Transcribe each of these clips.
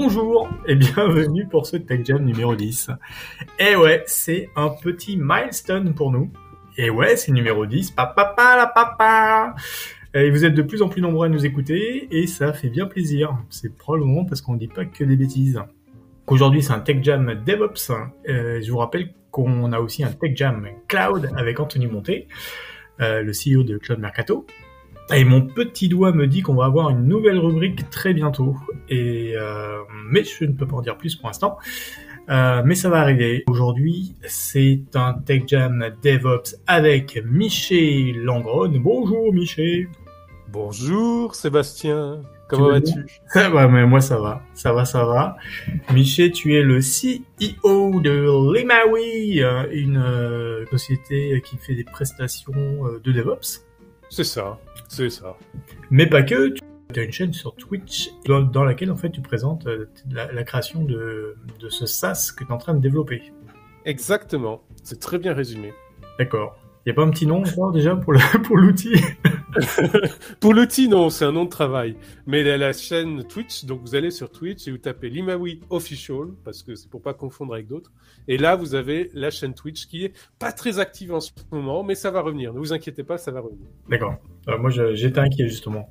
Bonjour et bienvenue pour ce Tech Jam numéro 10. Et ouais, c'est un petit milestone pour nous. Et ouais, c'est numéro 10. Papa. Et vous êtes de plus en plus nombreux à nous écouter et ça fait bien plaisir. C'est probablement parce qu'on dit pas que des bêtises. Aujourd'hui, c'est un Tech Jam DevOps. Je vous rappelle qu'on a aussi un Tech Jam Cloud avec Anthony Monté, le CEO de Cloud Mercato. Et mon petit doigt me dit qu'on va avoir une nouvelle rubrique très bientôt. Mais je ne peux pas en dire plus pour l'instant. Mais ça va arriver. Aujourd'hui, c'est un Tech Jam DevOps avec Miché Langrone. Bonjour Miché. Bonjour Sébastien. Comment vas-tu? Ouais, mais moi ça va. Ça va. Miché, tu es le CEO de Limawi, une société qui fait des prestations de DevOps. C'est ça. Mais pas que, tu as une chaîne sur Twitch dans laquelle en fait tu présentes la création de ce SaaS que tu es en train de développer. Exactement, c'est très bien résumé. D'accord. Il n'y a pas un petit nom encore déjà pour l'outil? Pour l'outil, non, c'est un nom de travail. Mais la chaîne Twitch, donc vous allez sur Twitch et vous tapez Limawi Official, parce que c'est pour pas confondre avec d'autres. Et là, vous avez la chaîne Twitch qui est pas très active en ce moment, mais ça va revenir. Ne vous inquiétez pas, ça va revenir. D'accord. Moi, j'étais inquiet justement.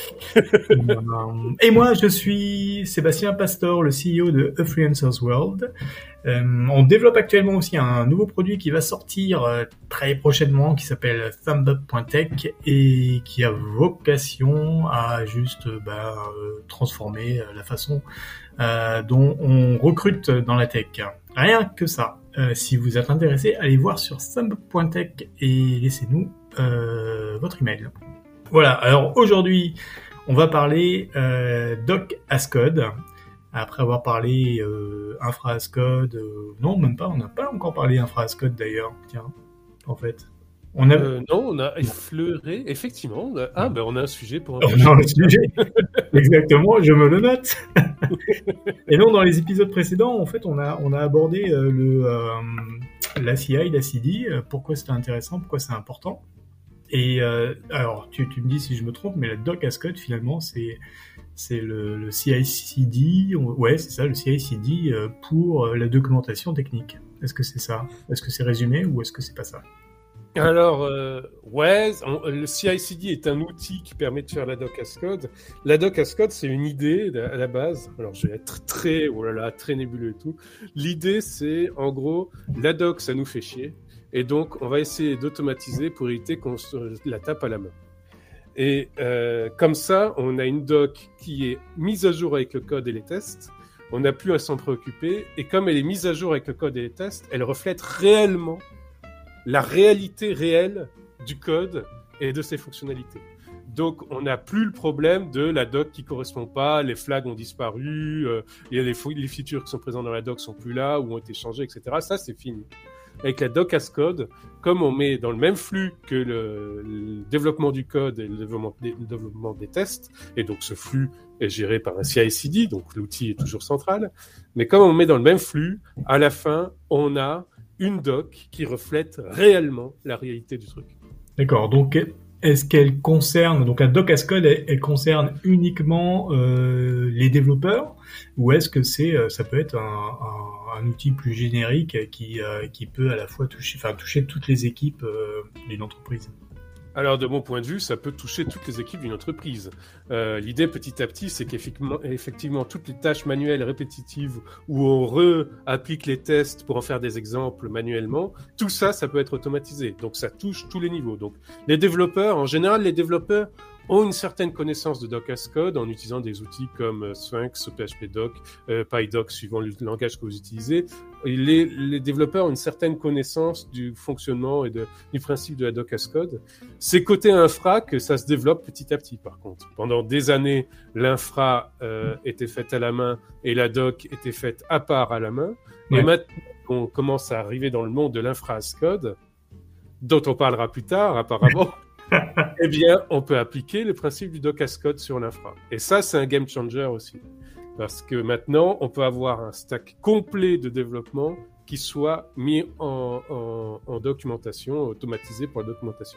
Et moi, je suis Sébastien Pastor, le CEO de A Freelancers World. On développe actuellement aussi un nouveau produit qui va sortir très prochainement, qui s'appelle ThumbUp.tech et qui a vocation à juste transformer la façon dont on recrute dans la tech. Rien que ça. Si vous êtes intéressé, allez voir sur ThumbUp.tech et laissez-nous votre email. Voilà, alors aujourd'hui, on va parler Doc as Code. Après avoir parlé Infra as Code, non, même pas, on n'a pas encore parlé Infra as Code d'ailleurs, tiens, en fait. Non, on a effleuré, effectivement, on a un sujet pour un On a un sujet, exactement, je me le note. Et non, dans les épisodes précédents, en fait, on a abordé la CI, la CD, pourquoi c'était intéressant, pourquoi c'est important. Et alors, tu me dis si je me trompe, mais la Doc as Code, finalement, c'est le CI/CD, ouais, c'est ça, le CI/CD pour la documentation technique. Est-ce que c'est ça? Est-ce que c'est résumé ou est-ce que c'est pas ça? Alors, le CI/CD est un outil qui permet de faire la Doc as Code. La Doc as Code, c'est une idée à la base. Alors, je vais être très nébuleux et tout. L'idée, c'est, en gros, la doc, ça nous fait chier. Et donc, on va essayer d'automatiser pour éviter qu'on se la tape à la main. Et comme ça, on a une doc qui est mise à jour avec le code et les tests. On n'a plus à s'en préoccuper. Et comme elle est mise à jour avec le code et les tests, elle reflète réellement la réalité réelle du code et de ses fonctionnalités. Donc, on n'a plus le problème de la doc qui correspond pas, les flags ont disparu, les features qui sont présentes dans la doc sont plus là ou ont été changées, etc. Ça, c'est fini. Avec la Doc as Code, comme on met dans le même flux que le développement du code et le développement des tests, et donc ce flux est géré par un CI/CD, donc l'outil est toujours central, mais comme on met dans le même flux, à la fin, on a une doc qui reflète réellement la réalité du truc. D'accord, donc est-ce qu'elle concerne, donc la Doc as Code, elle concerne uniquement les développeurs, ou est-ce que ça peut être un outil plus générique qui peut à la fois toucher toutes les équipes d'une entreprise? Alors, de mon point de vue, ça peut toucher toutes les équipes d'une entreprise. L'idée, petit à petit, c'est qu'effectivement, toutes les tâches manuelles répétitives où on réapplique les tests pour en faire des exemples manuellement, tout ça, ça peut être automatisé. Donc, ça touche tous les niveaux. Donc, les développeurs, en général, ont une certaine connaissance de Doc as Code en utilisant des outils comme Sphinx, PHPDoc, PyDoc, suivant le langage que vous utilisez. Et les développeurs ont une certaine connaissance du fonctionnement et du principe de la Doc as Code. C'est côté infra que ça se développe petit à petit, par contre. Pendant des années, l'infra était faite à la main et la doc était faite à part à la main. Ouais. Et maintenant qu'on commence à arriver dans le monde de l'infra as Code, dont on parlera plus tard, apparemment, eh bien, on peut appliquer le principe du Doc as Code sur l'infra. Et ça, c'est un game changer aussi. Parce que maintenant, on peut avoir un stack complet de développement qui soit mis en documentation, automatisé pour la documentation.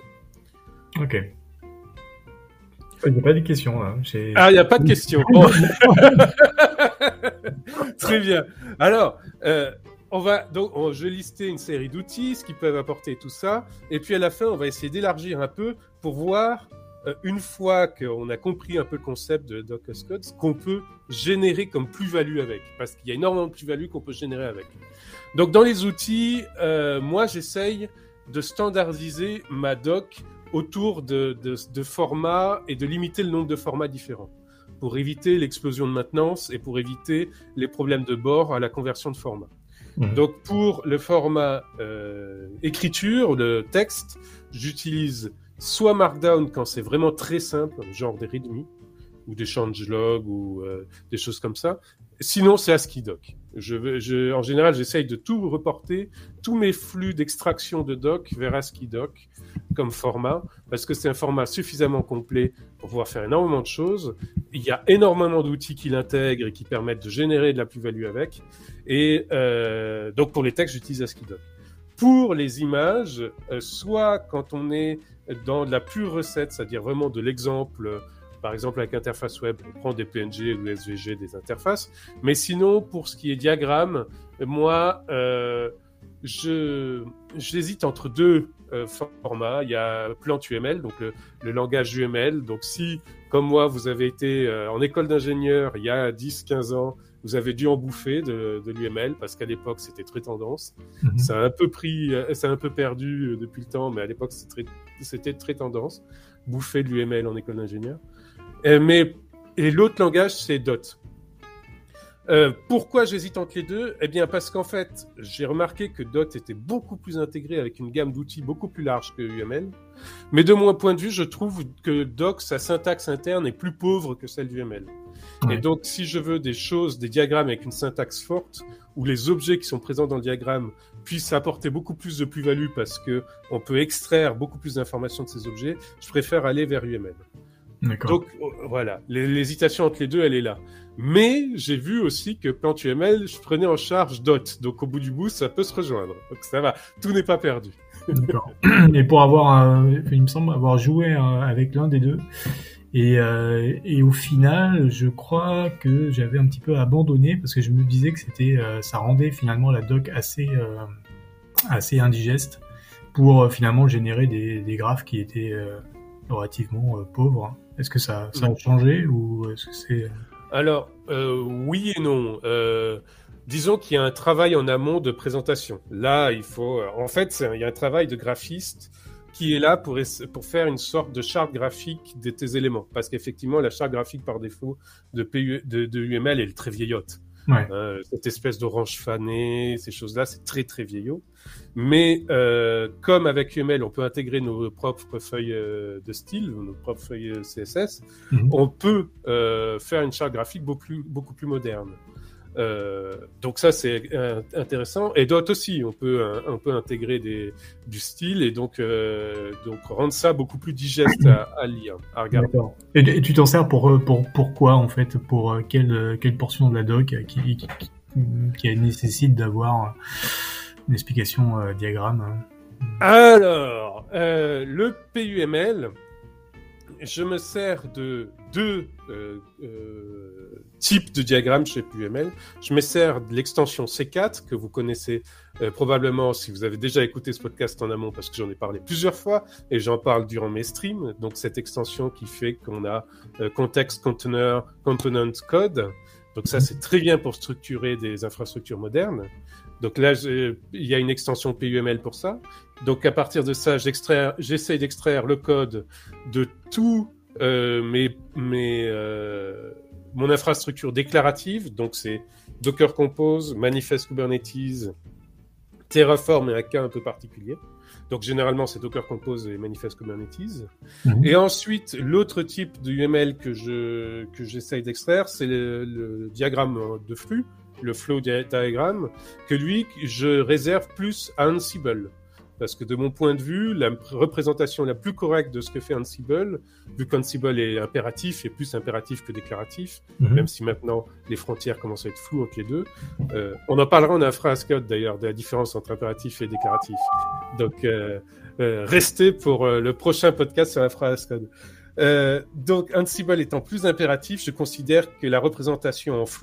Ok. Il n'y a pas de questions, là. Ah, il n'y a pas de questions. Bon. Très bien. Alors, je vais lister une série d'outils, ce qu'ils peuvent apporter, tout ça. Et puis à la fin, on va essayer d'élargir un peu pour voir, une fois qu'on a compris un peu le concept de DocusCode, ce qu'on peut générer comme plus-value avec. Parce qu'il y a énormément de plus-value qu'on peut générer avec. Donc dans les outils, moi j'essaye de standardiser ma doc autour de formats et de limiter le nombre de formats différents pour éviter l'explosion de maintenance et pour éviter les problèmes de bord à la conversion de format. Donc pour le format écriture, le texte, j'utilise soit Markdown quand c'est vraiment très simple, genre des readme ou des changelog ou des choses comme ça. Sinon, c'est ASCII-Doc. En général, j'essaye de tout reporter, tous mes flux d'extraction de doc vers ASCII-Doc comme format, parce que c'est un format suffisamment complet pour pouvoir faire énormément de choses. Il y a énormément d'outils qui l'intègrent et qui permettent de générer de la plus-value avec. Et donc, pour les textes, j'utilise ASCII-Doc. Pour les images, soit quand on est dans de la pure recette, c'est-à-dire vraiment de l'exemple, par exemple avec interface web, on prend des PNG ou des SVG des interfaces, mais sinon, pour ce qui est diagramme, moi, j'hésite entre deux formats. Il y a PlantUML, donc le langage UML. Donc si, comme moi, vous avez été en école d'ingénieur il y a 10-15 ans, vous avez dû en bouffer de l'UML, parce qu'à l'époque, c'était très tendance. Ça a un peu perdu depuis le temps, mais à l'époque, c'était très tendance. Bouffer de l'UML en école d'ingénieur. Et l'autre langage, c'est Dot. Pourquoi j'hésite entre les deux ? Eh bien, parce qu'en fait, j'ai remarqué que Dot était beaucoup plus intégré avec une gamme d'outils beaucoup plus large que UML. Mais de mon point de vue, je trouve que Doc, sa syntaxe interne est plus pauvre que celle du UML. Ouais. Et donc, si je veux des diagrammes avec une syntaxe forte, où les objets qui sont présents dans le diagramme puissent apporter beaucoup plus de plus-value parce que on peut extraire beaucoup plus d'informations de ces objets, je préfère aller vers UML. D'accord. Donc, voilà. L'hésitation entre les deux, elle est là. Mais j'ai vu aussi que PlantUML, je prenais en charge Dot. Donc, au bout du bout, ça peut se rejoindre. Donc, ça va. Tout n'est pas perdu. D'accord. Et pour il me semble avoir joué avec l'un des deux. Et au final, je crois que j'avais un petit peu abandonné parce que je me disais que ça rendait finalement la doc assez indigeste pour finalement générer des graphes qui étaient relativement pauvres. Est-ce que ça a changé ou est-ce que c'est... Alors, oui et non. Disons qu'il y a un travail en amont de présentation. Là, il faut... En fait, il y a un travail de graphiste qui est là pour faire une sorte de charte graphique de tes éléments. Parce qu'effectivement, la charte graphique par défaut de UML, elle est très vieillotte. Ouais. Cette espèce d'orange fané, ces choses-là, c'est très très vieillot. Mais comme avec UML, on peut intégrer nos propres feuilles de style, nos propres feuilles CSS, on peut faire une charte graphique beaucoup plus moderne. Donc ça c'est intéressant. Et Dot aussi, on peut intégrer du style et donc rendre ça beaucoup plus digeste à lire, à regarder. D'accord. Et tu t'en sers pour quoi en fait, pour quelle portion de la doc qui nécessite d'avoir une explication diagramme? Alors le PUML, je me sers de deux types de diagrammes chez PUML. Je me sers de l'extension C4 que vous connaissez probablement si vous avez déjà écouté ce podcast en amont parce que j'en ai parlé plusieurs fois et j'en parle durant mes streams. Donc cette extension qui fait qu'on a Context Container Component Code. Donc ça c'est très bien pour structurer des infrastructures modernes. Donc là, il y a une extension PUML pour ça. Donc à partir de ça, j'essaie d'extraire le code de tout mon infrastructure déclarative. Donc c'est Docker Compose, Manifest Kubernetes, Terraform et un cas un peu particulier. Donc généralement c'est Docker Compose et Manifest Kubernetes. Et ensuite l'autre type de UML que j'essaie d'extraire, c'est le diagramme de flux, le flow diagram, que lui je réserve plus à Ansible. Parce que de mon point de vue, la représentation la plus correcte de ce que fait Ansible, vu qu'Ansible est impératif et plus impératif que déclaratif, même si maintenant les frontières commencent à être floues entre les deux. On en parlera en InfraAsCode d'ailleurs, de la différence entre impératif et déclaratif. Donc restez pour le prochain podcast sur InfraAsCode. Donc Ansible étant plus impératif, je considère que la représentation en flux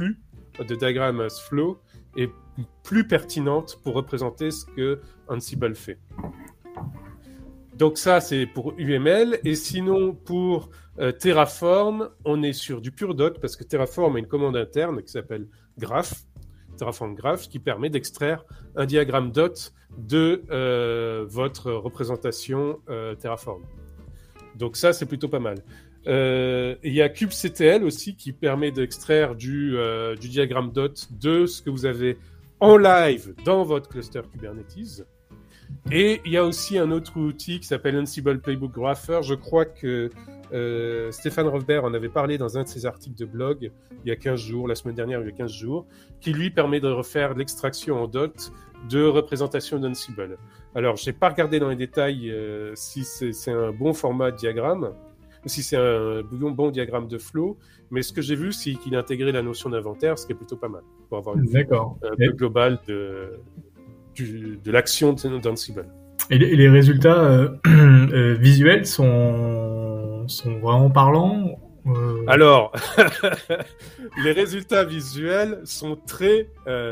de diagram as flow est plus pertinente pour représenter ce que Ansible fait. Donc ça, c'est pour UML. Et sinon, pour Terraform, on est sur du pur dot, parce que Terraform a une commande interne qui s'appelle graph, Terraform graph, qui permet d'extraire un diagramme dot de votre représentation Terraform. Donc ça, c'est plutôt pas mal. Il y a kubectl aussi qui permet d'extraire du diagramme dot de ce que vous avez en live dans votre cluster Kubernetes. Et il y a aussi un autre outil qui s'appelle Ansible Playbook Grapher. Je crois que Stéphane Rosberg en avait parlé dans un de ses articles de blog il y a 15 jours, la semaine dernière, il y a 15 jours, qui lui permet de refaire l'extraction en dot de représentation d'Ansible. Alors, je n'ai pas regardé dans les détails si c'est un bon format de diagramme, si c'est un bon diagramme de flow, mais ce que j'ai vu, c'est qu'il intégrait la notion d'inventaire, ce qui est plutôt pas mal, pour avoir une vue un peu globale de l'action d'Ansible. Et les résultats visuels sont vraiment parlants Alors, les résultats visuels sont très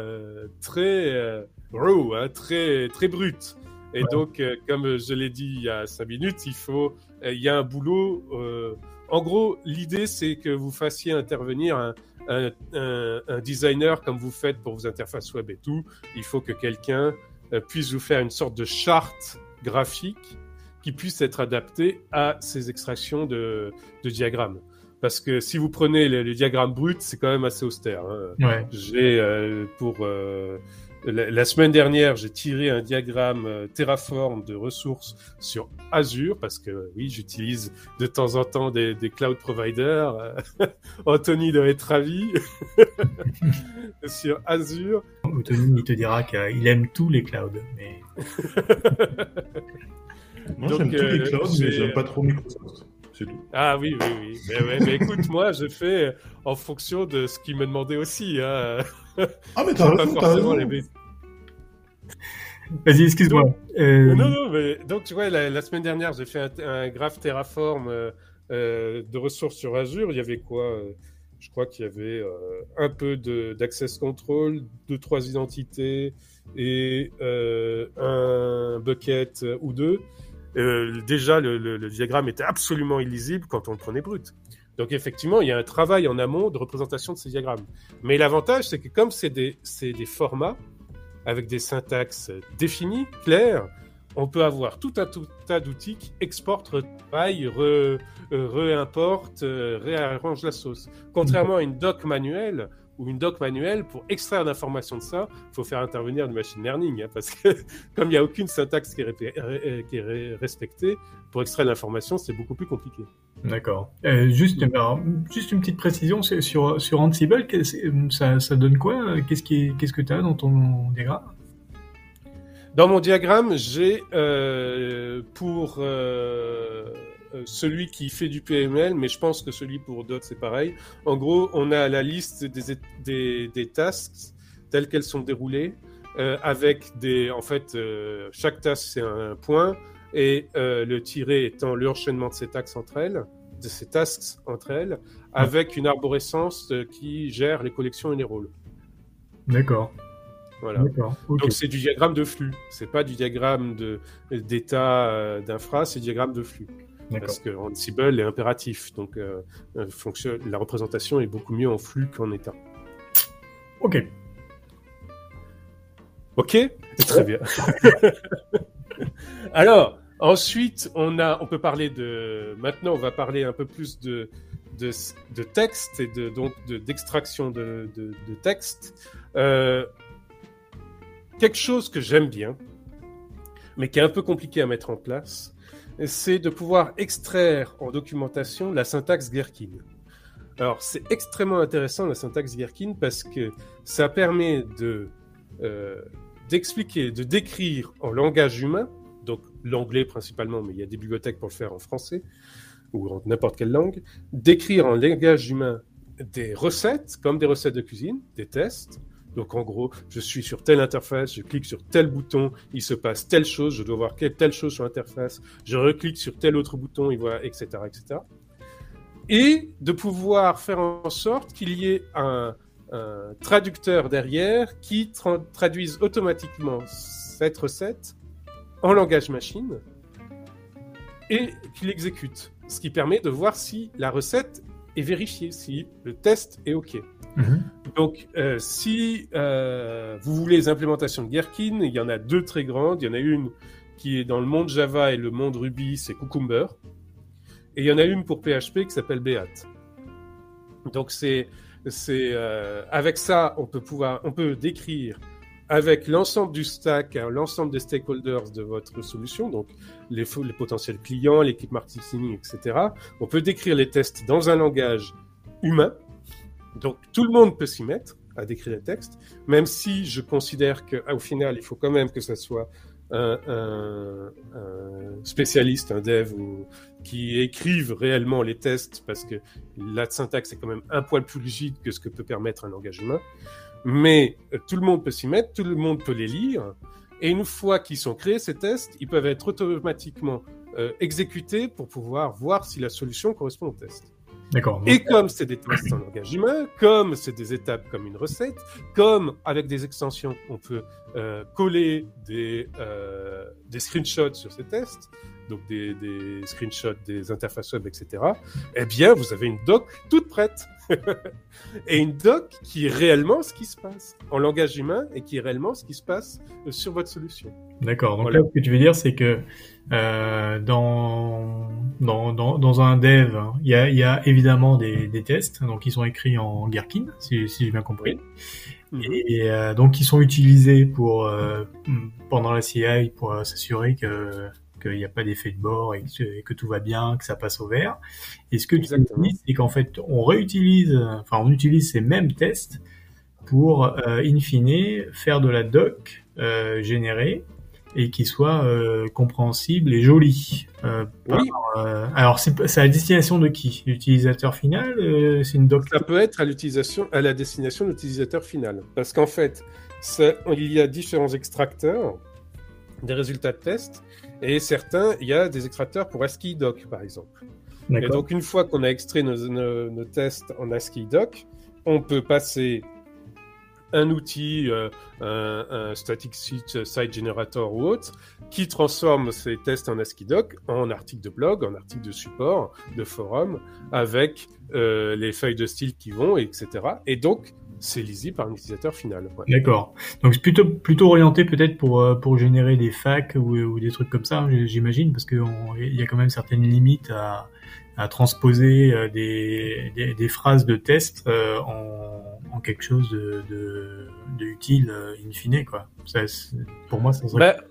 raw, hein, très bruts. Et donc, comme je l'ai dit il y a 5 minutes, il y a un boulot. En gros, l'idée, c'est que vous fassiez intervenir un designer comme vous faites pour vos interfaces web et tout. Il faut que quelqu'un puisse vous faire une sorte de charte graphique qui puisse être adaptée à ces extractions de diagrammes. Parce que si vous prenez le diagramme brut, c'est quand même assez austère. Hein. Ouais. La semaine dernière, j'ai tiré un diagramme Terraform de ressources sur Azure, parce que oui, j'utilise de temps en temps des cloud providers. Anthony doit être ravi. Sur Azure. Anthony, il te dira qu'il aime tous les clouds. Mais... Moi, j'aime tous les clouds, mais j'aime pas trop Microsoft. C'est tout. Ah oui. Mais écoute, moi, je fais en fonction de ce qu'il me demandait aussi. Hein. Ah, mais t'as raison. Vas-y, excuse-moi. Non, mais donc tu vois, la semaine dernière, j'ai fait un graphe Terraform de ressources sur Azure. Il y avait quoi Je crois qu'il y avait un peu d'access control, 2-3 identités et un bucket ou deux. Déjà, le diagramme était absolument illisible quand on le prenait brut. Donc effectivement, il y a un travail en amont de représentation de ces diagrammes. Mais l'avantage, c'est que comme c'est des formats avec des syntaxes définies, claires, on peut avoir tout un tas d'outils qui exportent, retravaillent, réimportent, réarrangent la sauce. Contrairement à une doc manuelle, pour extraire l'information de ça, il faut faire intervenir du machine learning, hein, parce que comme il n'y a aucune syntaxe qui est respectée, pour extraire l'information, c'est beaucoup plus compliqué. D'accord. Juste une petite précision sur Ansible, ça donne quoi ? Qu'est-ce que tu as dans ton diagramme ? Dans mon diagramme, j'ai pour celui qui fait du PML, mais je pense que celui pour Dot, c'est pareil. En gros, on a la liste des tasks telles qu'elles sont déroulées, avec chaque task, c'est un point, et le tiret étant l'enchaînement de ces tasks entre elles, avec une arborescence qui gère les collections et les rôles. D'accord. Voilà. D'accord. Okay. Donc c'est du diagramme de flux, c'est pas du diagramme d'état d'infra, c'est du diagramme de flux. D'accord. Parce que Ansible est impératif, donc la représentation est beaucoup mieux en flux qu'en état. Ok, très bien. Alors, ensuite, on peut parler maintenant, on va parler un peu plus de texte et d'extraction de texte. Quelque chose que j'aime bien, mais qui est un peu compliqué à mettre en place, c'est de pouvoir extraire en documentation la syntaxe Gherkin. Alors, c'est extrêmement intéressant la syntaxe Gherkin parce que ça permet d'expliquer, de décrire en langage humain, donc l'anglais principalement, mais il y a des bibliothèques pour le faire en français ou en n'importe quelle langue, d'écrire en langage humain des recettes, comme des recettes de cuisine, des tests. Donc en gros, je suis sur telle interface, je clique sur tel bouton, il se passe telle chose, je dois voir telle chose sur l'interface, je reclique sur tel autre bouton, il voit, etc., etc. Et de pouvoir faire en sorte qu'il y ait traducteur derrière qui traduise automatiquement cette recette en langage machine et qui l'exécute. Ce qui permet de voir si la recette est vérifiée, si le test est OK. Donc, si vous voulez les implémentations de Gherkin, il y en a 2 très grandes. Il y en a une qui est dans le monde Java et le monde Ruby, c'est Cucumber. Et il y en a une pour PHP qui s'appelle Beat. Donc, avec ça, on peut décrire avec l'ensemble du stack, l'ensemble des stakeholders de votre solution, donc les potentiels clients, l'équipe marketing, etc. On peut décrire les tests dans un langage humain. Donc, tout le monde peut s'y mettre à décrire les textes, même si je considère qu'au final, il faut quand même que ça soit un spécialiste, un dev, qui écrive réellement les tests, parce que la syntaxe est quand même un poil plus rigide que ce que peut permettre un langage humain. Mais tout le monde peut s'y mettre, tout le monde peut les lire, et une fois qu'ils sont créés, ces tests, ils peuvent être automatiquement exécutés pour pouvoir voir si la solution correspond au test. D'accord. Et comme c'est des tests en langage humain, comme c'est des étapes comme une recette, comme avec des extensions, on peut coller des screenshots sur ces tests, donc des screenshots des interfaces web, etc., eh bien, vous avez une doc toute prête. Et une doc qui est réellement ce qui se passe en langage humain et qui est réellement ce qui se passe sur votre solution. D'accord. Donc là, ce que tu veux dire, c'est que dans un dev, il y a évidemment des tests, donc ils sont écrits en Gherkin, si j'ai bien compris. Et donc ils sont utilisés pendant la CI pour s'assurer qu'il n'y a pas d'effet de bord et que tout va bien, que ça passe au vert. Et ce que tu dis, c'est qu'en fait, on utilise ces mêmes tests pour, in fine, faire de la doc générée et qui soit compréhensible et jolie. Alors, c'est à la destination de qui? L'utilisateur final? C'est une doc? Ça peut être à la destination de l'utilisateur final. Parce qu'en fait, il y a différents extracteurs des résultats de tests. Et certains, il y a des extracteurs pour ASCII doc, par exemple. Et donc, une fois qu'on a extrait nos tests en ASCII doc, on peut passer un outil, un static site generator ou autre, qui transforme ces tests en ASCII doc en articles de blog, en articles de support, de forum, avec les feuilles de style qui vont, etc. Et donc, c'est lisible par un utilisateur final. Ouais. D'accord. Donc c'est plutôt orienté peut-être pour générer des FAQ ou des trucs comme ça, j'imagine, parce que il y a quand même certaines limites à transposer des phrases de test en quelque chose de utile in fine, quoi. Ça, pour moi, ça serait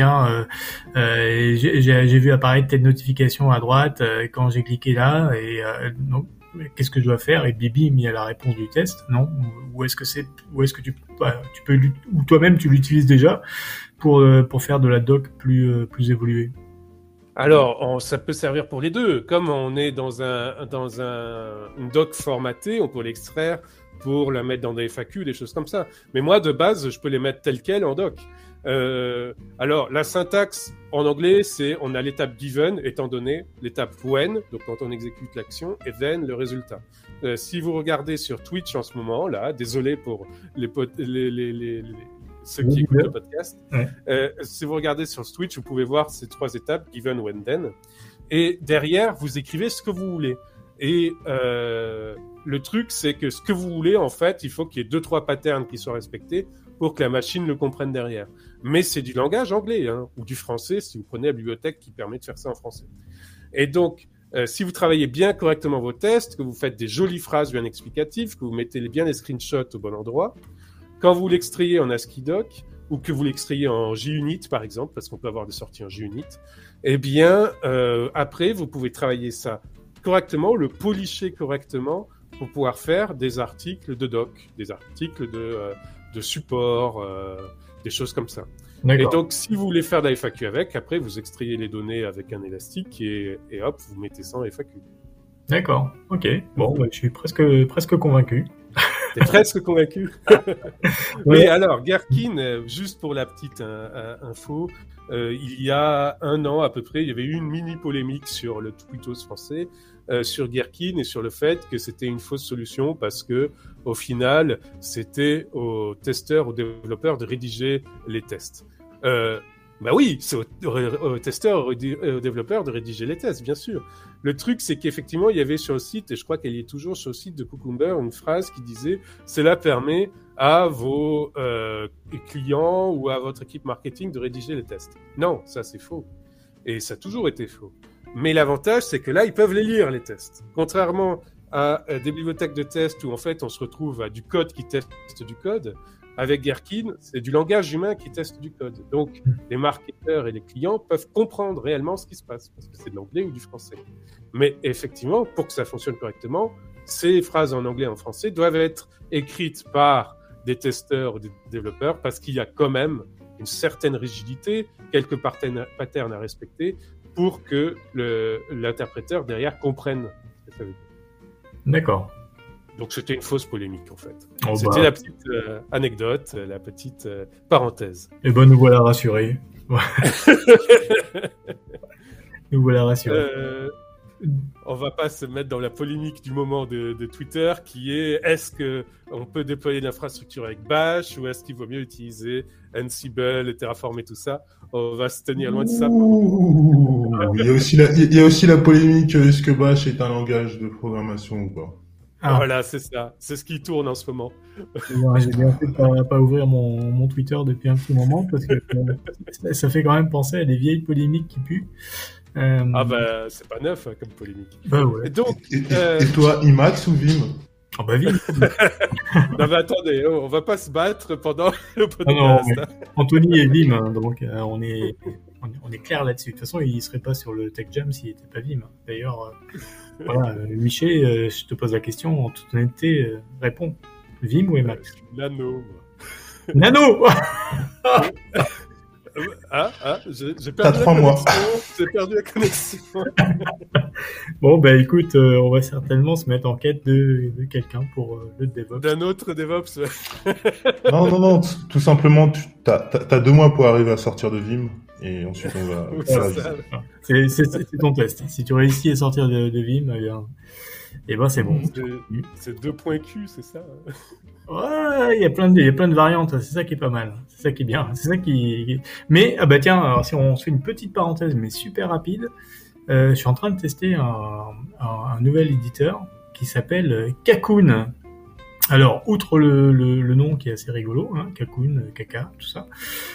j'ai vu apparaître telle notification à droite quand j'ai cliqué là et donc qu'est-ce que je dois faire? Et Bibi il y a la réponse du test, non? Ou est-ce que tu peux, ou toi-même tu l'utilises déjà pour faire de la doc plus évoluée? Alors, ça peut servir pour les deux. Comme on est dans une doc formatée, on peut l'extraire pour la mettre dans des FAQ, des choses comme ça. Mais moi, de base, je peux les mettre telles quelles en doc. Alors, la syntaxe en anglais, c'est on a l'étape given, étant donné l'étape when, donc quand on exécute l'action, et then le résultat. Si vous regardez sur Twitch en ce moment, là, désolé pour ceux qui écoutent le podcast, si vous regardez sur Twitch, vous pouvez voir ces 3 étapes, given, when, then. Et derrière, vous écrivez ce que vous voulez. Et le truc, c'est que ce que vous voulez, en fait, il faut qu'il y ait 2-3 patterns qui soient respectés pour que la machine le comprenne derrière. Mais c'est du langage anglais, hein, ou du français, si vous prenez la bibliothèque qui permet de faire ça en français. Et donc, si vous travaillez bien correctement vos tests, que vous faites des jolies phrases bien explicatives, que vous mettez bien les screenshots au bon endroit, quand vous l'extrayez en ASCII doc, ou que vous l'extrayez en JUnit, par exemple, parce qu'on peut avoir des sorties en JUnit, eh bien, après, vous pouvez travailler ça correctement, le polisher correctement, pour pouvoir faire des articles de doc, des articles de support, des choses comme ça. D'accord. Et donc, si vous voulez faire de la FAQ avec, après, vous extrayez les données avec un élastique et hop, vous mettez ça en FAQ. D'accord, ok. Bon, je suis presque convaincu. T'es presque convaincu. Mais alors, Gherkin, juste pour la petite info, il y a 1 an à peu près, il y avait eu une mini polémique sur le Twittos français sur Gherkin et sur le fait que c'était une fausse solution parce que au final, c'était aux testeurs, aux développeurs de rédiger les tests. Bah oui, c'est aux testeurs, aux développeurs de rédiger les tests, bien sûr. Le truc, c'est qu'effectivement, il y avait sur le site, et je crois qu'elle y est toujours sur le site de Cucumber, une phrase qui disait « Cela permet à vos clients ou à votre équipe marketing de rédiger les tests. » Non, ça c'est faux. Et ça a toujours été faux. Mais l'avantage, c'est que là, ils peuvent les lire, les tests. Contrairement à des bibliothèques de tests où, en fait, on se retrouve à du code qui teste du code, avec Gherkin, c'est du langage humain qui teste du code. Donc, les marketeurs et les clients peuvent comprendre réellement ce qui se passe, parce que c'est de l'anglais ou du français. Mais effectivement, pour que ça fonctionne correctement, ces phrases en anglais et en français doivent être écrites par des testeurs ou des développeurs, parce qu'il y a quand même une certaine rigidité, quelques patterns à respecter, pour que l'interpréteur derrière comprenne ce que ça veut dire. D'accord. Donc c'était une fausse polémique en fait. Oh C'était la petite anecdote, la petite parenthèse. Eh ben nous voilà rassurés. Nous voilà rassurés. On va pas se mettre dans la polémique du moment de Twitter qui est-ce que on peut déployer l'infrastructure avec Bash ou est-ce qu'il vaut mieux utiliser Ansible et Terraform et tout ça. On va se tenir loin de ça. Il y a aussi la polémique, est-ce que Bash est un langage de programmation ou pas? Ah. Voilà, c'est ça. C'est ce qui tourne en ce moment. Ouais, j'ai bien fait de pas ouvrir mon Twitter depuis un petit moment parce que ça fait quand même penser à des vieilles polémiques qui puent. Ah bah, c'est pas neuf comme polémique. Bah ouais. Et donc, et toi, Emacs ou Vim? Ah bah Vim. Non mais attendez, on va pas se battre pendant le podcast. Non, Anthony et Vim, hein, donc on est clair là-dessus. De toute façon, il serait pas sur le Tech Jam s'il était pas Vim. D'ailleurs, voilà, Michel, je te pose la question en toute honnêteté, réponds. Vim ou Emacs? Nano. Nano. J'ai perdu la connexion. J'ai perdu la connexion. Bon, bah écoute, on va certainement se mettre en quête de quelqu'un pour le DevOps. D'un autre DevOps. Non, tout simplement, t'as 2 mois pour arriver à sortir de Vim, et ensuite on va... C'est ton test. Si tu réussis à sortir de Vim, eh ben c'est bon. C'est 2 points Q, c'est ça? Ouais, il y a plein de variantes, c'est ça qui est pas mal. C'est ça qui est bien, c'est ça qui... Mais, ah bah tiens, alors si on se fait une petite parenthèse, mais super rapide, je suis en train de tester un nouvel éditeur qui s'appelle Kakoun. Alors, outre le nom qui est assez rigolo, hein, Kakoun, caca, tout ça.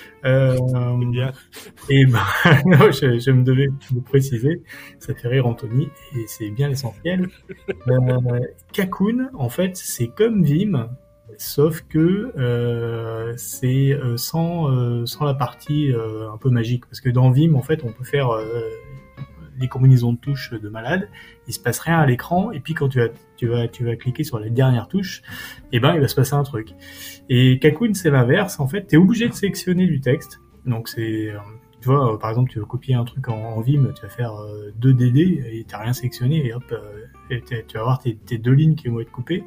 Bien. Et ben, non, je me devais de préciser, ça fait rire Anthony, et c'est bien l'essentiel. Kakoun, en fait, c'est comme Vim, sauf que c'est sans la partie un peu magique, parce que dans Vim, en fait, on peut faire des combinaisons de touches de malade, il se passe rien à l'écran, et puis quand tu vas cliquer sur la dernière touche, et ben il va se passer un truc. Et Kakoun, c'est l'inverse, en fait, t'es obligé de sélectionner du texte, donc c'est... Tu vois, par exemple, tu veux copier un truc en Vim, tu vas faire 2 DD et t'as rien sélectionné et hop, tu vas avoir tes 2 lignes qui vont être coupées.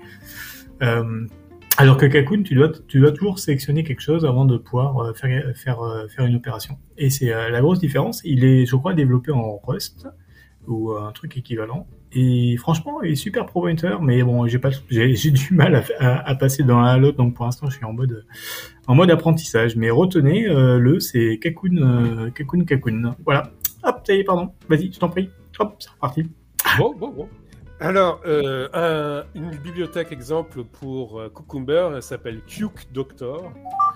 Alors que Kakoun, tu dois toujours sélectionner quelque chose avant de pouvoir faire une opération. Et c'est la grosse différence. Il est, je crois, développé en Rust ou un truc équivalent. Et franchement, il est super prometteur, mais bon, j'ai du mal à passer d'un à l'autre, donc pour l'instant, je suis en mode apprentissage. Mais retenez, c'est Kakoun. Voilà. Hop, ça y est, pardon. Vas-y, je t'en prie. Hop, c'est reparti. Bon. Alors, une bibliothèque exemple pour Cucumber, elle s'appelle QuickDoctor,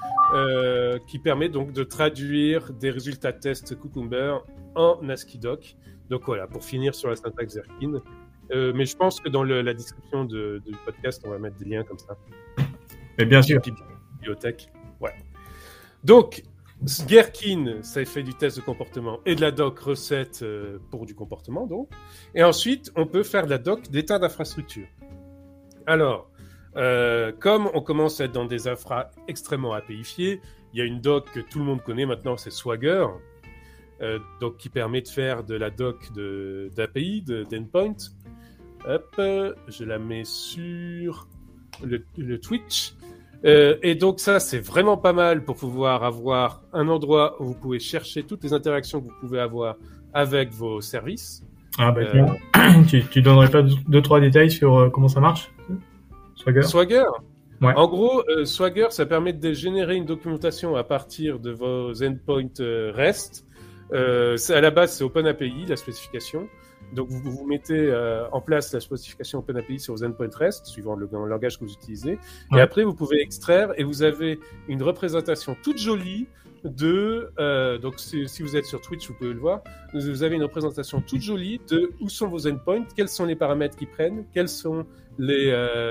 qui permet donc de traduire des résultats de tests Cucumber en ASCII-Doc. Donc voilà, pour finir sur la syntaxe Gherkin. Mais je pense que dans la description du podcast, on va mettre des liens comme ça. Mais bien sûr. Bibliothèque. Ouais. Donc, Gherkin, ça fait du test de comportement et de la doc recette pour du comportement, donc. Et ensuite, on peut faire de la doc d'état d'infrastructure. Alors, comme on commence à être dans des infras extrêmement APIfiées, il y a une doc que tout le monde connaît maintenant, c'est Swagger, donc qui permet de faire de la doc d'API, d'endpoint. Hop, je la mets sur le Twitch. Et donc ça, c'est vraiment pas mal pour pouvoir avoir un endroit où vous pouvez chercher toutes les interactions que vous pouvez avoir avec vos services. Ah bah tiens, tu donnerais pas 2-3 détails sur comment ça marche, Swagger? Swagger. Ouais. En gros, Swagger, ça permet de générer une documentation à partir de vos endpoints REST. À la base, c'est OpenAPI, la spécification. Donc, vous mettez en place la spécification OpenAPI sur vos endpoints REST, suivant le langage que vous utilisez. Ouais. Et après, vous pouvez extraire et vous avez une représentation toute jolie donc si vous êtes sur Twitch, vous pouvez le voir. Vous avez une représentation toute jolie de où sont vos endpoints, quels sont les paramètres qu'ils prennent, quels sont les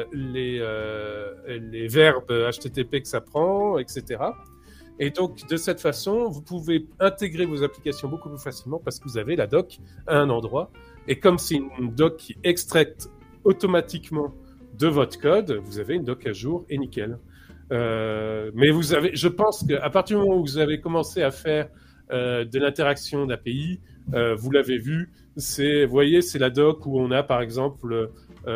verbes HTTP que ça prend, etc. Et donc, de cette façon, vous pouvez intégrer vos applications beaucoup plus facilement parce que vous avez la doc à un endroit. Et comme c'est une doc qui extraite automatiquement de votre code, vous avez une doc à jour et nickel. Mais je pense qu'à partir du moment où vous avez commencé à faire de l'interaction d'API, vous l'avez vu, vous voyez, c'est la doc où on a par exemple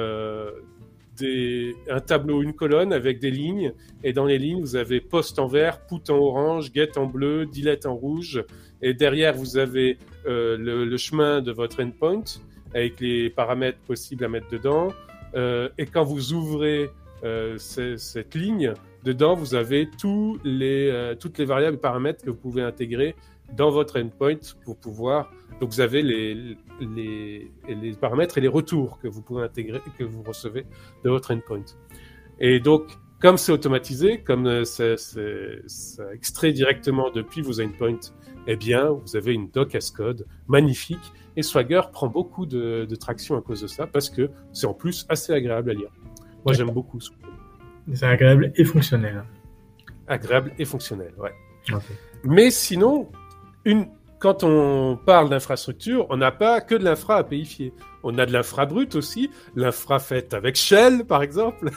un tableau, une colonne avec des lignes, et dans les lignes, vous avez post en vert, put en orange, get en bleu, delete en rouge, et derrière, vous avez le chemin de votre endpoint avec les paramètres possibles à mettre dedans, et quand vous ouvrez cette ligne, dedans, vous avez toutes les variables et paramètres que vous pouvez intégrer dans votre endpoint pour pouvoir... Donc, vous avez les paramètres et les retours que vous pouvez intégrer et que vous recevez de votre endpoint. Et donc, comme c'est automatisé, comme ça extrait directement depuis vos endpoints, eh bien, vous avez une doc as code magnifique. Et Swagger prend beaucoup de traction à cause de ça parce que c'est en plus assez agréable à lire. Moi, j'aime beaucoup Swagger. C'est agréable et fonctionnel. Agréable et fonctionnel, ouais. Okay. Mais sinon, quand on parle d'infrastructure, on n'a pas que de l'infra APIfié. On a de l'infra brute aussi, l'infra faite avec Shell, par exemple.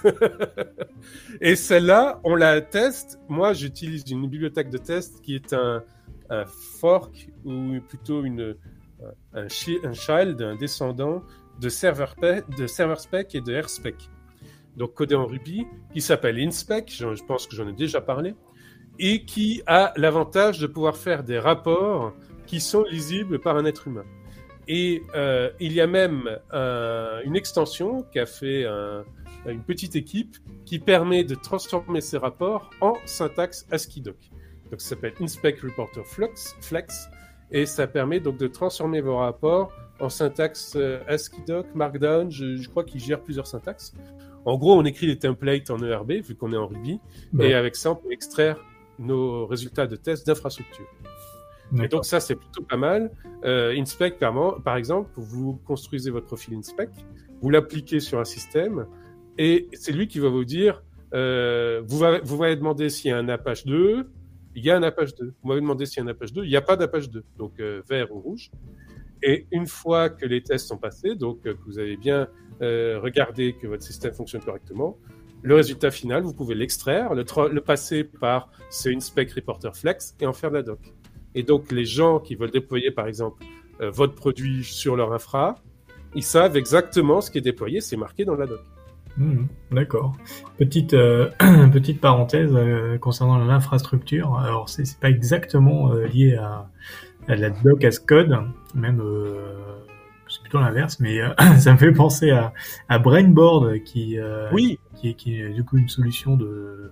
Et celle-là, on la teste. Moi, j'utilise une bibliothèque de test qui est un fork, ou plutôt un child, un descendant de ServerSpec et de RSpec. Donc codé en Ruby, qui s'appelle InSpec, je pense que j'en ai déjà parlé, et qui a l'avantage de pouvoir faire des rapports qui sont lisibles par un être humain. Et il y a même une extension qu'a fait une petite équipe qui permet de transformer ces rapports en syntaxe ASCII-Doc. Donc ça s'appelle InSpec Reporter Flex, et ça permet donc de transformer vos rapports en syntaxe ASCII-Doc, Markdown, je crois qu'il gère plusieurs syntaxes. En gros, on écrit des templates en ERB, vu qu'on est en Ruby, et avec ça, on peut extraire nos résultats de tests d'infrastructure. D'accord. Et donc ça, c'est plutôt pas mal. InSpec, par exemple, vous construisez votre profil InSpec, vous l'appliquez sur un système, et c'est lui qui va vous dire, vous m'avez demandé s'il y a un Apache 2, il y a un Apache 2. Vous m'avez demandé s'il y a un Apache 2, il n'y a pas d'Apache 2, donc vert ou rouge. Et une fois que les tests sont passés, donc que vous avez bien regardé que votre système fonctionne correctement, le résultat final, vous pouvez l'extraire, le passer par ce InSpec Reporter Flex et en faire de la doc. Et donc, les gens qui veulent déployer, par exemple, votre produit sur leur infra, ils savent exactement ce qui est déployé, c'est marqué dans la doc. D'accord. Petite parenthèse concernant l'infrastructure. Alors, c'est pas exactement lié à la doc as code, même c'est plutôt l'inverse, mais ça me fait penser à Brainboard qui est du coup une solution de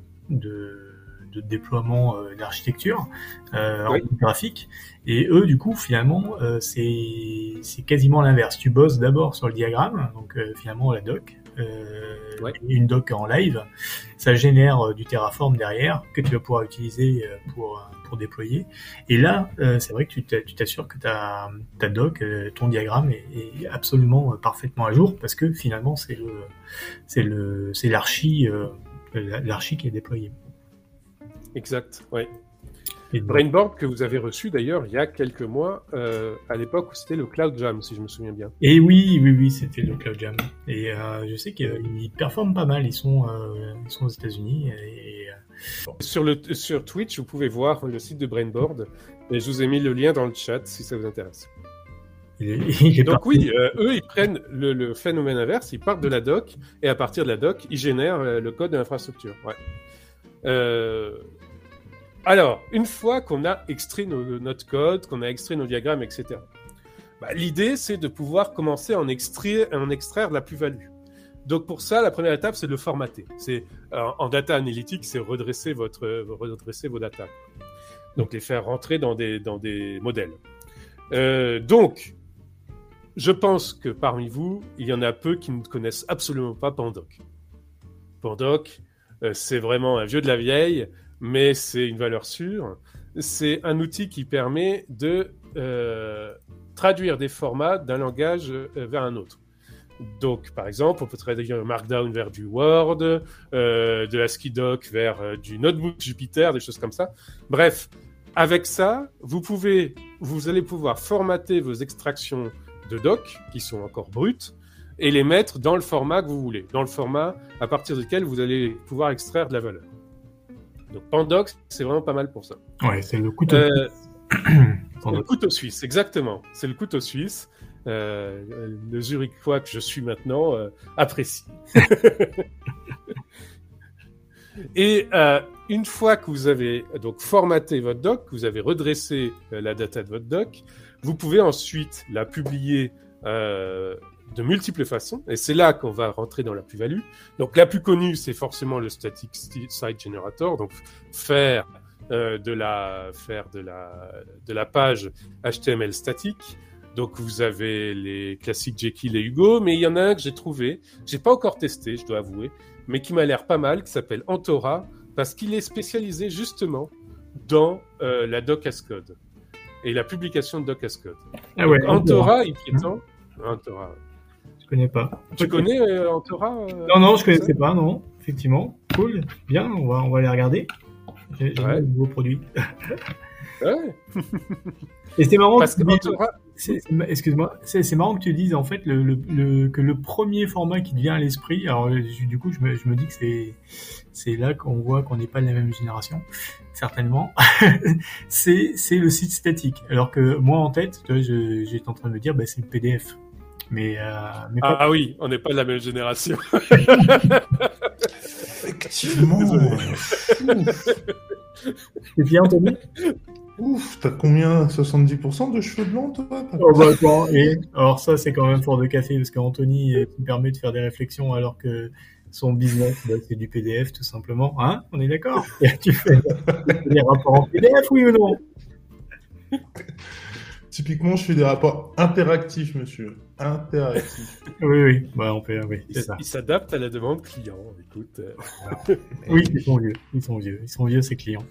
déploiement d'architecture en graphique, et eux du coup finalement c'est quasiment l'inverse. Tu bosses d'abord sur le diagramme, donc finalement la doc, une doc en live, ça génère du Terraform derrière que tu vas pouvoir utiliser pour déployer, et là c'est vrai que tu t'assures que ta doc, ton diagramme est absolument parfaitement à jour, parce que finalement c'est l'archi qui est déployée. Exact, oui. Brainboard que vous avez reçu d'ailleurs il y a quelques mois, à l'époque où c'était le Cloud Jam, si je me souviens bien. Et oui, c'était le Cloud Jam. Et je sais qu'ils performent pas mal, ils sont aux États-Unis. Et Sur Twitch, vous pouvez voir le site de Brainboard, et je vous ai mis le lien dans le chat si ça vous intéresse. Donc oui, eux ils prennent le phénomène inverse, ils partent de la doc, et à partir de la doc, ils génèrent le code de l'infrastructure. Ouais. Alors, une fois qu'on a extrait notre code, qu'on a extrait nos diagrammes, etc., L'idée, c'est de pouvoir commencer à en extraire de la plus-value. Donc pour ça, la première étape, c'est de le formater. C'est en data analytics, c'est redresser vos data. Donc les faire rentrer dans des modèles. Donc, je pense que parmi vous, il y en a peu qui ne connaissent absolument pas Pandoc. Pandoc, c'est vraiment un vieux de la vieille, mais c'est une valeur sûre. C'est un outil qui permet de traduire des formats d'un langage vers un autre. Donc, par exemple, on peut traduire Markdown vers du Word, de ASCII-Doc vers du Notebook Jupyter, des choses comme ça. Bref, avec ça, vous allez pouvoir formater vos extractions de doc, qui sont encore brutes, et les mettre dans le format que vous voulez, dans le format à partir duquel vous allez pouvoir extraire de la valeur. Donc, Pandoc, c'est vraiment pas mal pour ça. Ouais, c'est le couteau. Le couteau suisse, exactement. C'est le couteau suisse. Le Zurichois que je suis maintenant apprécie. Et une fois que vous avez donc formaté votre doc, que vous avez redressé la data de votre doc, vous pouvez ensuite la publier de multiples façons. Et c'est là qu'on va rentrer dans la plus-value. Donc la plus connue, c'est forcément le Static Site Generator. Donc faire de la page HTML statique. Donc vous avez les classiques Jekyll et Hugo, mais il y en a un que j'ai trouvé, j'ai pas encore testé, je dois avouer, mais qui m'a l'air pas mal, qui s'appelle Antora, parce qu'il est spécialisé justement dans la doc as code et la publication de doc as code. Ah ouais, Antora, il est temps. Antora. Je connais pas. Tu connais Antora Non, je connaissais pas, non. Effectivement, cool, bien, on va aller regarder. J'ai un nouveau produit. Ouais. Et c'est marrant parce que excuse-moi, c'est marrant que tu dises en fait que le premier format qui te vient à l'esprit. Alors du coup, je me dis que c'est là qu'on voit qu'on n'est pas de la même génération, certainement. c'est le site statique. Alors que moi en tête, tu vois, j'étais en train de me dire, c'est le PDF. Mais oui, on n'est pas de la même génération. Effectivement. C'est bien, Anthony. Ouf, t'as combien? 70% de cheveux blancs, toi? Attends, alors ça, c'est quand même fort de café, parce qu'Anthony me permet de faire des réflexions alors que son business, c'est du PDF, tout simplement. Hein? On est d'accord? Tu fais des rapports en PDF, oui ou non? Typiquement, je fais des rapports interactifs, monsieur. Interactifs. Oui. Oui, c'est ça. Ils s'adaptent à la demande client, écoute. Oui, ils sont vieux, ces clients.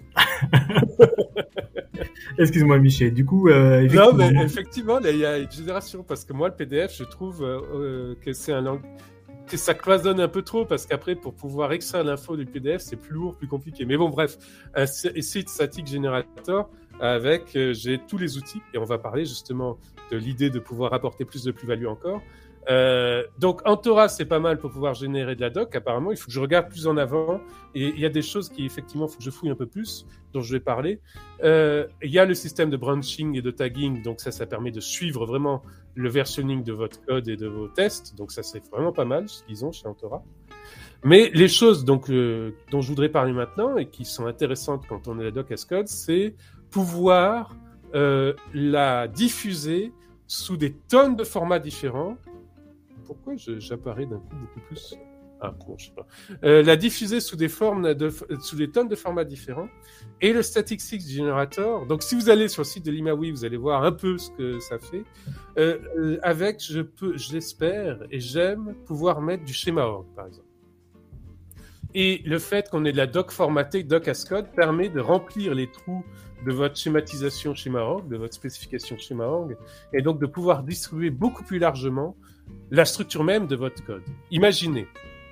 Excuse-moi, Michel. Du coup, Non, mais effectivement, il y a une génération, parce que moi, le PDF, je trouve que c'est un langage que ça cloisonne un peu trop, parce qu'après, pour pouvoir extraire l'info du PDF, c'est plus lourd, plus compliqué. Mais bon, bref, un site static generator avec, j'ai tous les outils, et on va parler justement de l'idée de pouvoir apporter plus de plus-value encore. Donc, Antora, c'est pas mal pour pouvoir générer de la doc. Apparemment, il faut que je regarde plus en avant. Et il y a des choses qui, effectivement, il faut que je fouille un peu plus, dont je vais parler. Il y a le système de branching et de tagging. Donc, ça permet de suivre vraiment le versionning de votre code et de vos tests. Donc, ça, c'est vraiment pas mal, ce qu'ils ont chez Antora. Mais les choses dont je voudrais parler maintenant et qui sont intéressantes quand on est la doc as code, c'est pouvoir la diffuser sous des tonnes de formats différents. Pourquoi j'apparais d'un coup beaucoup plus? Ah bon, je sais pas. La diffuser sous des tonnes de formats différents. Et le Static Site Generator. Donc, si vous allez sur le site de l'Imawi, vous allez voir un peu ce que ça fait. J'espère et j'aime pouvoir mettre du schéma org, par exemple. Et le fait qu'on ait de la doc formatée, doc as code, permet de remplir les trous de votre schématisation schéma org, de votre spécification schéma org, et donc de pouvoir distribuer beaucoup plus largement la structure même de votre code. Imaginez,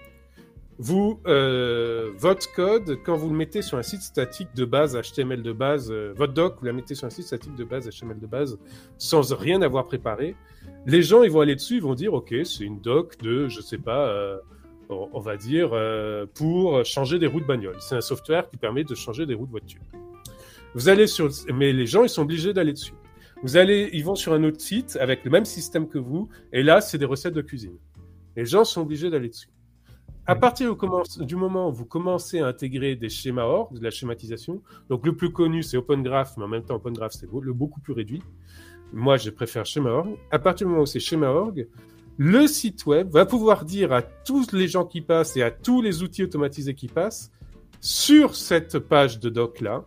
votre code, quand vous le mettez sur un site statique de base, HTML de base, votre doc, vous la mettez sur un site statique de base, HTML de base, sans rien avoir préparé, les gens, ils vont aller dessus, ils vont dire, OK, c'est une doc de, je sais pas, on va dire, pour changer des roues de bagnole. C'est un software qui permet de changer des roues de voiture. Mais les gens, ils sont obligés d'aller dessus. Ils vont sur un autre site avec le même système que vous, et là, c'est des recettes de cuisine. Les gens sont obligés d'aller dessus. À partir du moment où vous commencez à intégrer des schémas org, de la schématisation, donc le plus connu, c'est Open Graph, mais en même temps, Open Graph, c'est le beaucoup plus réduit. moi je préfère schéma.org. À partir du moment où c'est schéma.org, le site web va pouvoir dire à tous les gens qui passent et à tous les outils automatisés qui passent, sur cette page de doc-là,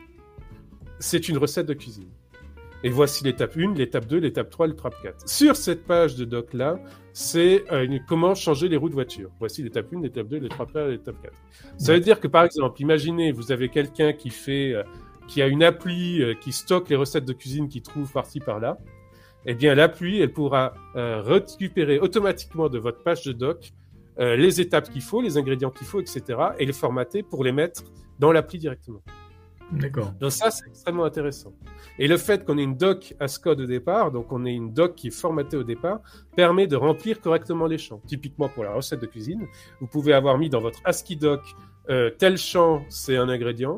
c'est une recette de cuisine. Et voici l'étape 1, l'étape 2, l'étape 3, l'étape 4. Sur cette page de doc-là, c'est comment changer les roues de voiture. Voici l'étape 1, l'étape 2, l'étape 3, l'étape 4. Ça veut dire que, par exemple, imaginez, vous avez quelqu'un qui a une appli qui stocke les recettes de cuisine qu'il trouve par-ci, par-là. Eh bien, l'appli, elle pourra récupérer automatiquement de votre page de doc les étapes qu'il faut, les ingrédients qu'il faut, etc. et les formater pour les mettre dans l'appli directement. D'accord. Donc ça, c'est extrêmement intéressant. Et le fait qu'on ait une doc ASCII au départ, donc on ait une doc qui est formatée au départ, permet de remplir correctement les champs. Typiquement pour la recette de cuisine, vous pouvez avoir mis dans votre ASCII doc tel champ, c'est un ingrédient,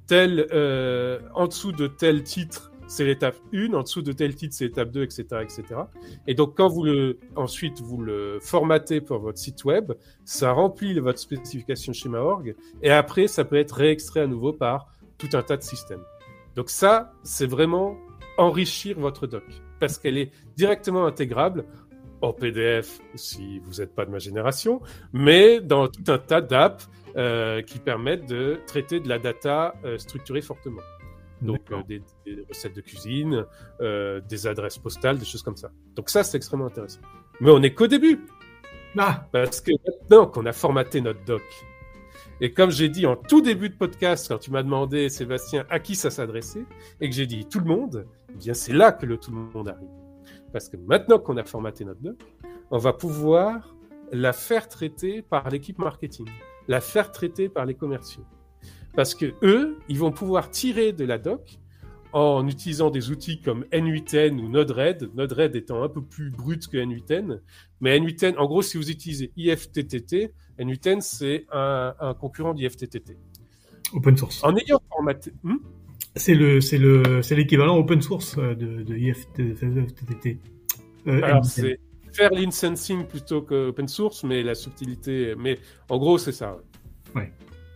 en dessous de tel titre, c'est l'étape 1, en dessous de tel titre, c'est l'étape 2, etc., etc. Et donc, quand ensuite vous le formatez pour votre site web, ça remplit votre spécification schéma.org, et après, ça peut être réextrait à nouveau par tout un tas de systèmes. Donc ça, c'est vraiment enrichir votre doc, parce qu'elle est directement intégrable en PDF, si vous n'êtes pas de ma génération, mais dans tout un tas d'apps qui permettent de traiter de la data structurée fortement. Donc des recettes de cuisine, des adresses postales, des choses comme ça. Donc ça, c'est extrêmement intéressant. Mais on n'est qu'au début. Parce que maintenant qu'on a formaté notre doc, et comme j'ai dit en tout début de podcast, quand tu m'as demandé, Sébastien, à qui ça s'adressait, et que j'ai dit tout le monde, eh bien c'est là que le tout le monde arrive. Parce que maintenant qu'on a formaté notre doc, on va pouvoir la faire traiter par l'équipe marketing, la faire traiter par les commerciaux. Parce que eux, ils vont pouvoir tirer de la doc en utilisant des outils comme N8N ou Node-RED, Node-RED étant un peu plus brut que N8N. Mais N8N, en gros, si vous utilisez IFTTT, N8N, c'est un concurrent d'IFTTT. Open source. En ayant formaté... C'est l'équivalent open source de IFTTT. Alors, c'est faire l'insensing plutôt que open source, mais la subtilité... Mais en gros, c'est ça. Ouais.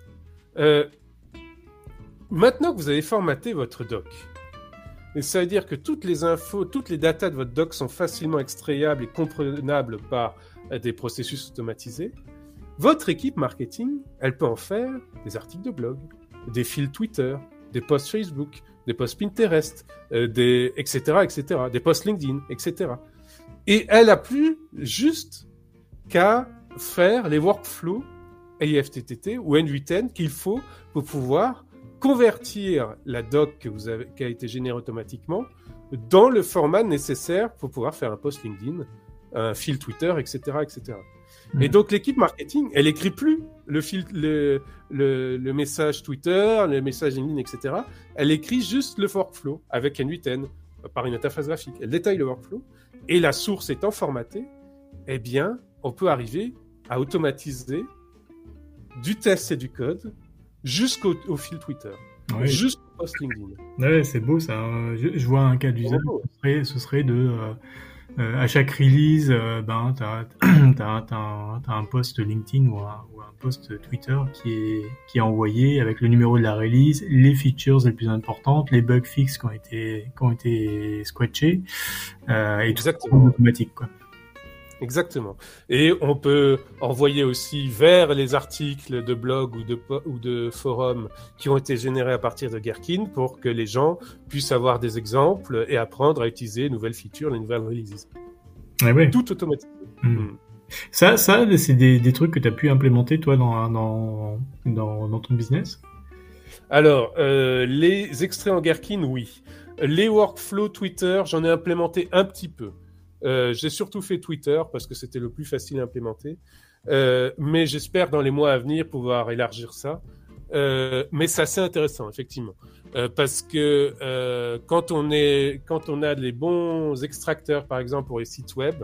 Maintenant que vous avez formaté votre doc, et ça veut dire que toutes les infos, toutes les datas de votre doc sont facilement extrayables et comprenables par des processus automatisés, votre équipe marketing, elle peut en faire des articles de blog, des fils Twitter, des posts Facebook, des posts Pinterest, etc., des posts LinkedIn, etc. Et elle a plus juste qu'à faire les workflows IFTTT ou N8N qu'il faut pour pouvoir convertir la doc qui a été générée automatiquement dans le format nécessaire pour pouvoir faire un post LinkedIn, un fil Twitter, etc., etc. Et donc l'équipe marketing, elle écrit plus le message Twitter, le message LinkedIn, etc. Elle écrit juste le workflow avec N8N par une interface graphique. Elle détaille le workflow et la source étant formatée, eh bien, on peut arriver à automatiser du test et du code jusqu'au fil Twitter, jusqu'au post LinkedIn. Ouais, c'est beau ça. Je vois un cas d'usage. Ce serait de à chaque release, t'as un post LinkedIn ou un post Twitter qui est envoyé avec le numéro de la release, les features les plus importantes, les bugs fixes qui ont été squatchés, et tout ça en automatique, quoi. Exactement. Et on peut envoyer aussi vers les articles de blog ou de forums qui ont été générés à partir de Gherkin pour que les gens puissent avoir des exemples et apprendre à utiliser les nouvelles features, les nouvelles releases. Ah ouais. Tout automatique. Ça, c'est des trucs que tu as pu implémenter, toi, dans ton business? Alors, les extraits en Gherkin, oui. Les workflows Twitter, j'en ai implémenté un petit peu. J'ai surtout fait Twitter parce que c'était le plus facile à implémenter. Mais j'espère dans les mois à venir pouvoir élargir ça. Mais c'est assez intéressant, effectivement. Parce que quand on a les bons extracteurs, par exemple, pour les sites web,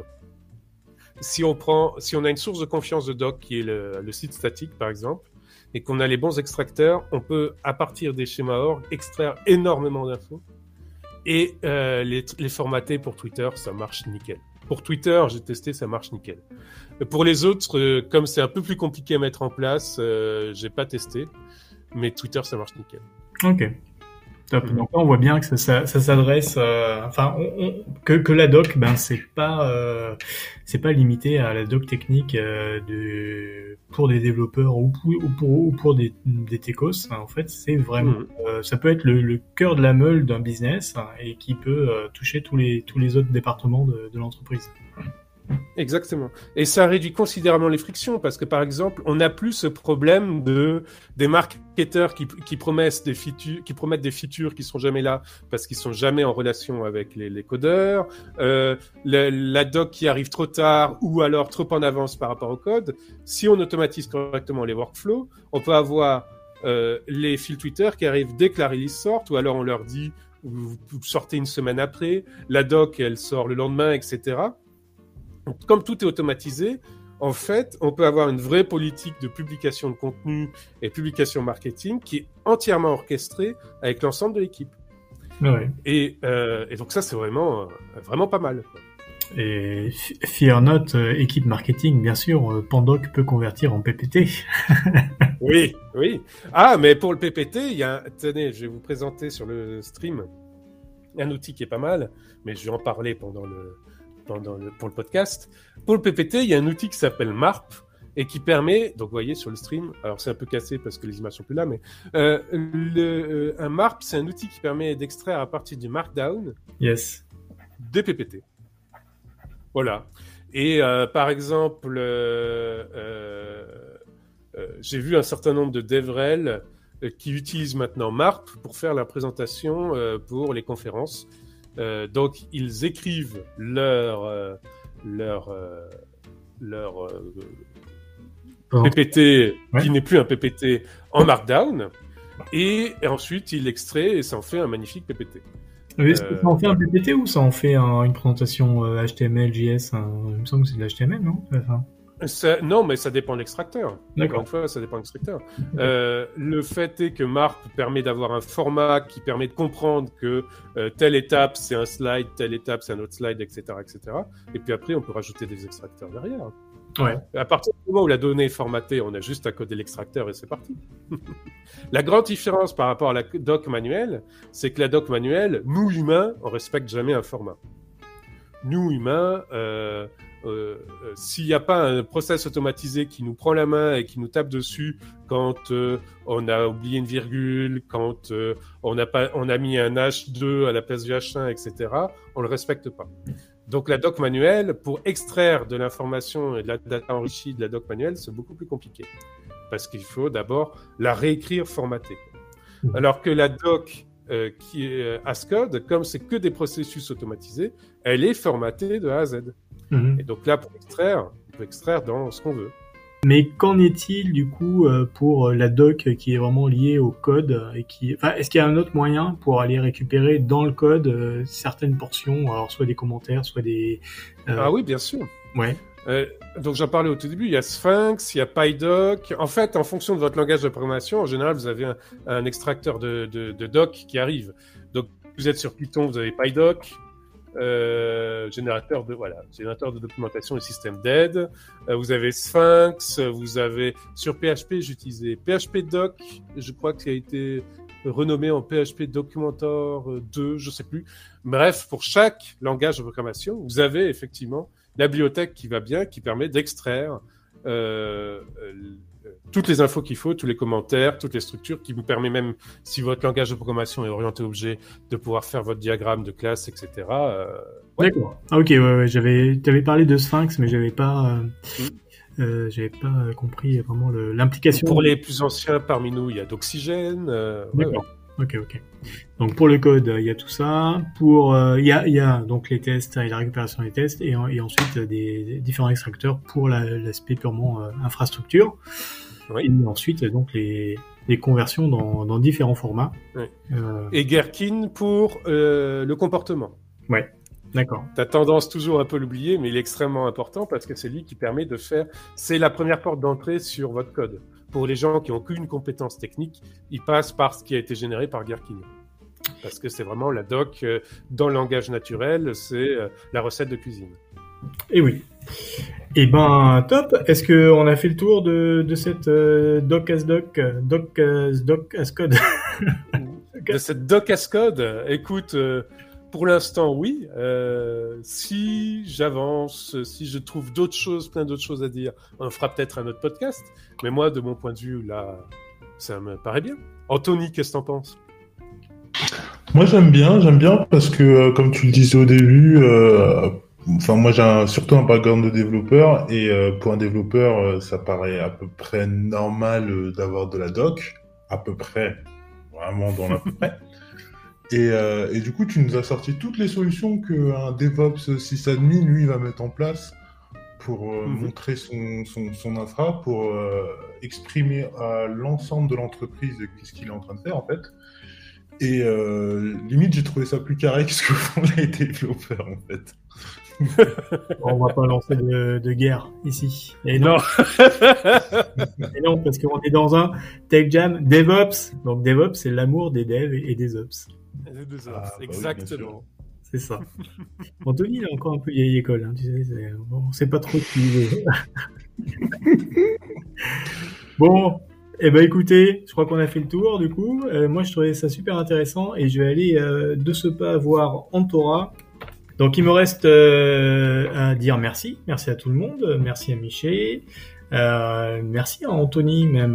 si on a une source de confiance de doc qui est le site statique, par exemple, et qu'on a les bons extracteurs, on peut, à partir des schémas org, extraire énormément d'infos. Et les formater pour Twitter, ça marche nickel. Pour Twitter, j'ai testé, ça marche nickel. Pour les autres, comme c'est un peu plus compliqué à mettre en place, j'ai pas testé. Mais Twitter, ça marche nickel. Ok. Top. Donc là, on voit bien que ça s'adresse, que la doc, c'est pas limité à la doc technique pour des développeurs ou pour des techos. En fait, c'est vraiment, ça peut être le cœur de la meule d'un business et qui peut toucher tous les autres départements de l'entreprise. Exactement. Et ça réduit considérablement les frictions parce que, par exemple, on n'a plus ce problème des marketeurs qui promettent des features qui sont jamais là parce qu'ils sont jamais en relation avec les codeurs, la doc qui arrive trop tard ou alors trop en avance par rapport au code. Si on automatise correctement les workflows, on peut avoir les fils Twitter qui arrivent dès que la release sort, ou alors on leur dit vous sortez une semaine après, la doc elle sort le lendemain, etc. Donc, comme tout est automatisé, en fait, on peut avoir une vraie politique de publication de contenu et publication marketing qui est entièrement orchestrée avec l'ensemble de l'équipe. Ouais. Et donc ça, c'est vraiment pas mal, quoi. Et fear not, équipe marketing, bien sûr, Pandoc peut convertir en PPT. Oui. Ah, mais pour le PPT, tenez, je vais vous présenter sur le stream un outil qui est pas mal, mais je vais en parler pour le podcast. Pour le PPT, il y a un outil qui s'appelle MARP et qui permet, donc vous voyez sur le stream, alors c'est un peu cassé parce que les images sont plus là, mais un MARP, c'est un outil qui permet d'extraire à partir du Markdown des PPT. Voilà. Et par exemple, j'ai vu un certain nombre de DevRel qui utilisent maintenant MARP pour faire la présentation pour les conférences. Donc, ils écrivent leur PPT, qui n'est plus un PPT, en Markdown, et ensuite, ils l'extraient et ça en fait un magnifique PPT. Est-ce que ça en fait un PPT ou ça en fait une présentation HTML, JS Il me semble que c'est de l'HTML, non? Non, mais ça dépend de l'extracteur. D'accord. Encore une fois, ça dépend de l'extracteur. Le fait est que MARP permet d'avoir un format qui permet de comprendre que telle étape, c'est un slide, telle étape, c'est un autre slide, etc., etc. Et puis après, on peut rajouter des extracteurs derrière. Ouais. À partir du moment où la donnée est formatée, on a juste à coder l'extracteur et c'est parti. La grande différence par rapport à la doc manuelle, c'est que la doc manuelle, nous, humains, on respecte jamais un format. Nous, humains... s'il n'y a pas un process automatisé qui nous prend la main et qui nous tape dessus quand on a oublié une virgule, quand on a mis un H2 à la place du H1, etc., on le respecte pas. Donc la doc manuelle, pour extraire de l'information et de la data enrichie de la doc manuelle, c'est beaucoup plus compliqué. Parce qu'il faut d'abord la réécrire formatée. Alors que la doc qui est Ascode, comme c'est que des processus automatisés, elle est formatée de A à Z. Et donc là, pour extraire, on peut extraire dans ce qu'on veut. Mais qu'en est-il du coup pour la doc qui est vraiment liée au code et est-ce qu'il y a un autre moyen pour aller récupérer dans le code certaines portions, alors soit des commentaires, soit des... Ah oui, bien sûr. Ouais. Donc j'en parlais au tout début, il y a Sphinx, il y a PyDoc. En fait, en fonction de votre langage de programmation, en général, vous avez un extracteur de doc qui arrive. Donc vous êtes sur Python, vous avez PyDoc. Générateur de documentation et système d'aide. Vous avez Sphinx, vous avez sur PHP, j'utilisais PHP-Doc, je crois que ça a été renommé en PHP Documentor 2, je sais plus. Bref, pour chaque langage de programmation, vous avez effectivement la bibliothèque qui va bien, qui permet d'extraire toutes les infos qu'il faut, tous les commentaires, toutes les structures, qui vous permet même, si votre langage de programmation est orienté objet, de pouvoir faire votre diagramme de classe, etc. Ouais. D'accord. Ok, ouais. T'avais parlé de Sphinx, mais j'avais pas compris vraiment l'implication. Pour les plus anciens parmi nous, il y a d'Oxygène. D'accord. Ouais. Ok. Donc pour le code, il y a tout ça. Pour il y a donc les tests et la récupération des tests et ensuite des différents extracteurs pour l'aspect purement infrastructure. Oui. Et ensuite donc les conversions dans différents formats. Oui. Et Gherkin pour le comportement. Ouais. D'accord. T'as tendance toujours un peu à l'oublier, mais il est extrêmement important parce que c'est lui qui permet de faire. C'est la première porte d'entrée sur votre code. Pour les gens qui n'ont qu'une compétence technique, ils passent par ce qui a été généré par Gherkin. Parce que c'est vraiment la doc dans le langage naturel, c'est la recette de cuisine. Et oui. Eh ben, top. Est-ce qu'on a fait le tour de cette doc as code de cette doc as code. Écoute, pour l'instant, oui. Si j'avance, si je trouve d'autres choses, plein d'autres choses à dire, on fera peut-être un autre podcast. Mais moi, de mon point de vue, là, ça me paraît bien. Anthony, qu'est-ce que t'en penses? Moi, j'aime bien parce que, comme tu le disais au début, moi, j'ai surtout un background de développeur et pour un développeur, ça paraît à peu près normal d'avoir de la doc, à peu près, vraiment dans l'à peu près. Et du coup, tu nous as sorti toutes les solutions qu'un DevOps sysadmin, lui, va mettre en place pour montrer son infra, pour exprimer à l'ensemble de l'entreprise ce qu'il est en train de faire, en fait. Et limite, j'ai trouvé ça plus carré que ce que font les développeurs, en fait. On va pas lancer de guerre ici. Et non. Et non, parce qu'on est dans un Tech Jam DevOps. Donc DevOps, c'est l'amour des devs et des ops. Exactement. Oui, c'est ça. Anthony, il est encore un peu vieille école. Hein, tu sais, on sait pas trop ce qu'il veut. Bon. Eh ben écoutez, je crois qu'on a fait le tour du coup. Moi, je trouvais ça super intéressant et je vais aller de ce pas voir Antora. Donc, il me reste à dire merci. Merci à tout le monde. Merci à Miché. Merci à Anthony même.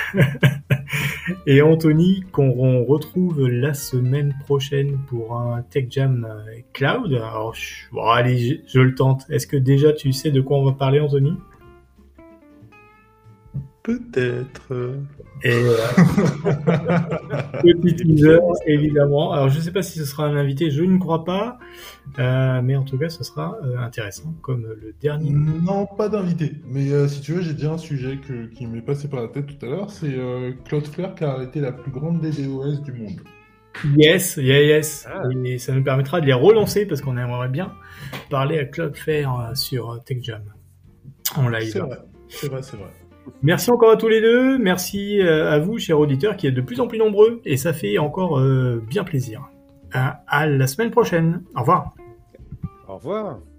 Et Anthony, qu'on retrouve la semaine prochaine pour un Tech Jam Cloud. Alors, allez, je le tente. Est-ce que déjà tu sais de quoi on va parler, Anthony ? Peut-être. Et petit teaser, évidemment. Alors, je ne sais pas si ce sera un invité, je ne crois pas. Mais en tout cas, ce sera intéressant, comme le dernier. Non, pas d'invité. Mais si tu veux, j'ai déjà un sujet qui m'est passé par la tête tout à l'heure. C'est Cloudflare qui a arrêté la plus grande DDoS du monde. Yes. Ah. Et ça nous permettra de les relancer parce qu'on aimerait bien parler à Cloudflare sur Tech Jam en live. C'est vrai. Merci encore à tous les deux. Merci à vous, chers auditeurs, qui êtes de plus en plus nombreux. Et ça fait encore bien plaisir. À la semaine prochaine. Au revoir. Au revoir.